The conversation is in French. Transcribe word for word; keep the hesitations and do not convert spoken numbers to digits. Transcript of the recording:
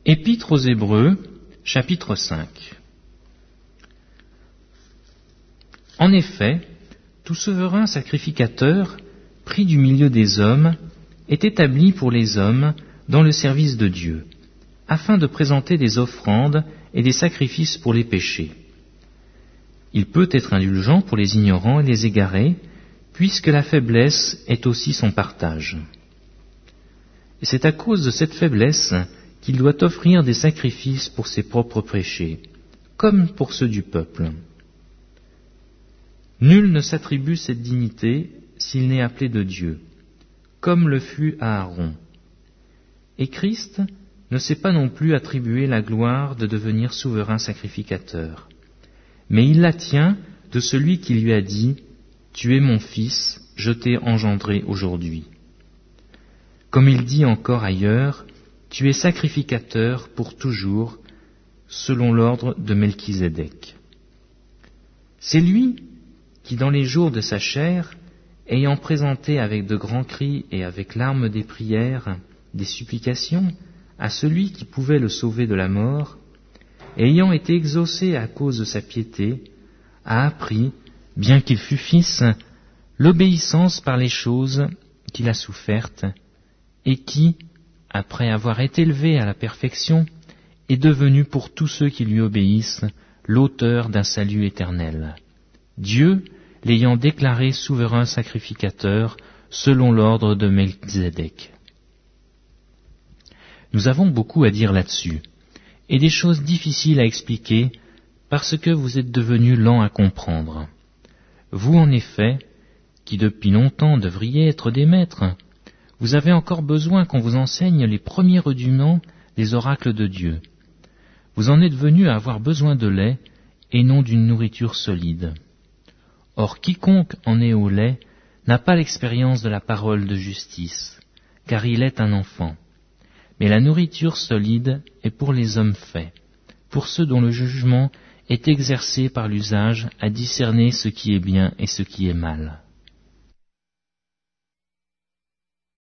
Épître aux Hébreux, chapitre cinq. En effet, tout souverain sacrificateur, pris du milieu des hommes, est établi pour les hommes dans le service de Dieu, afin de présenter des offrandes et des sacrifices pour les péchés. Il peut être indulgent pour les ignorants et les égarés, puisque la faiblesse est aussi son partage. Et c'est à cause de cette faiblesse qu'il doit offrir des sacrifices pour ses propres péchés, comme pour ceux du peuple. Nul ne s'attribue cette dignité s'il n'est appelé de Dieu, comme le fut Aaron. Et Christ ne s'est pas non plus attribué la gloire de devenir souverain sacrificateur, mais il la tient de celui qui lui a dit « Tu es mon fils, je t'ai engendré aujourd'hui ». Comme il dit encore ailleurs, « Tu es sacrificateur pour toujours, selon l'ordre de Melchizedek ». C'est lui qui, dans les jours de sa chair, ayant présenté avec de grands cris et avec larmes des prières, des supplications, à celui qui pouvait le sauver de la mort, et ayant été exaucé à cause de sa piété, a appris, bien qu'il fût fils, l'obéissance par les choses qu'il a souffertes, et qui, après avoir été élevé à la perfection, est devenu pour tous ceux qui lui obéissent l'auteur d'un salut éternel. Dieu l'ayant déclaré souverain sacrificateur selon l'ordre de Melchizedek. Nous avons beaucoup à dire là-dessus, et des choses difficiles à expliquer parce que vous êtes devenus lents à comprendre. Vous, en effet, qui depuis longtemps devriez être des maîtres, vous avez encore besoin qu'on vous enseigne les premiers rudiments des oracles de Dieu. Vous en êtes venus à avoir besoin de lait et non d'une nourriture solide. Or, quiconque en est au lait n'a pas l'expérience de la parole de justice, car il est un enfant. Mais la nourriture solide est pour les hommes faits, pour ceux dont le jugement est exercé par l'usage à discerner ce qui est bien et ce qui est mal.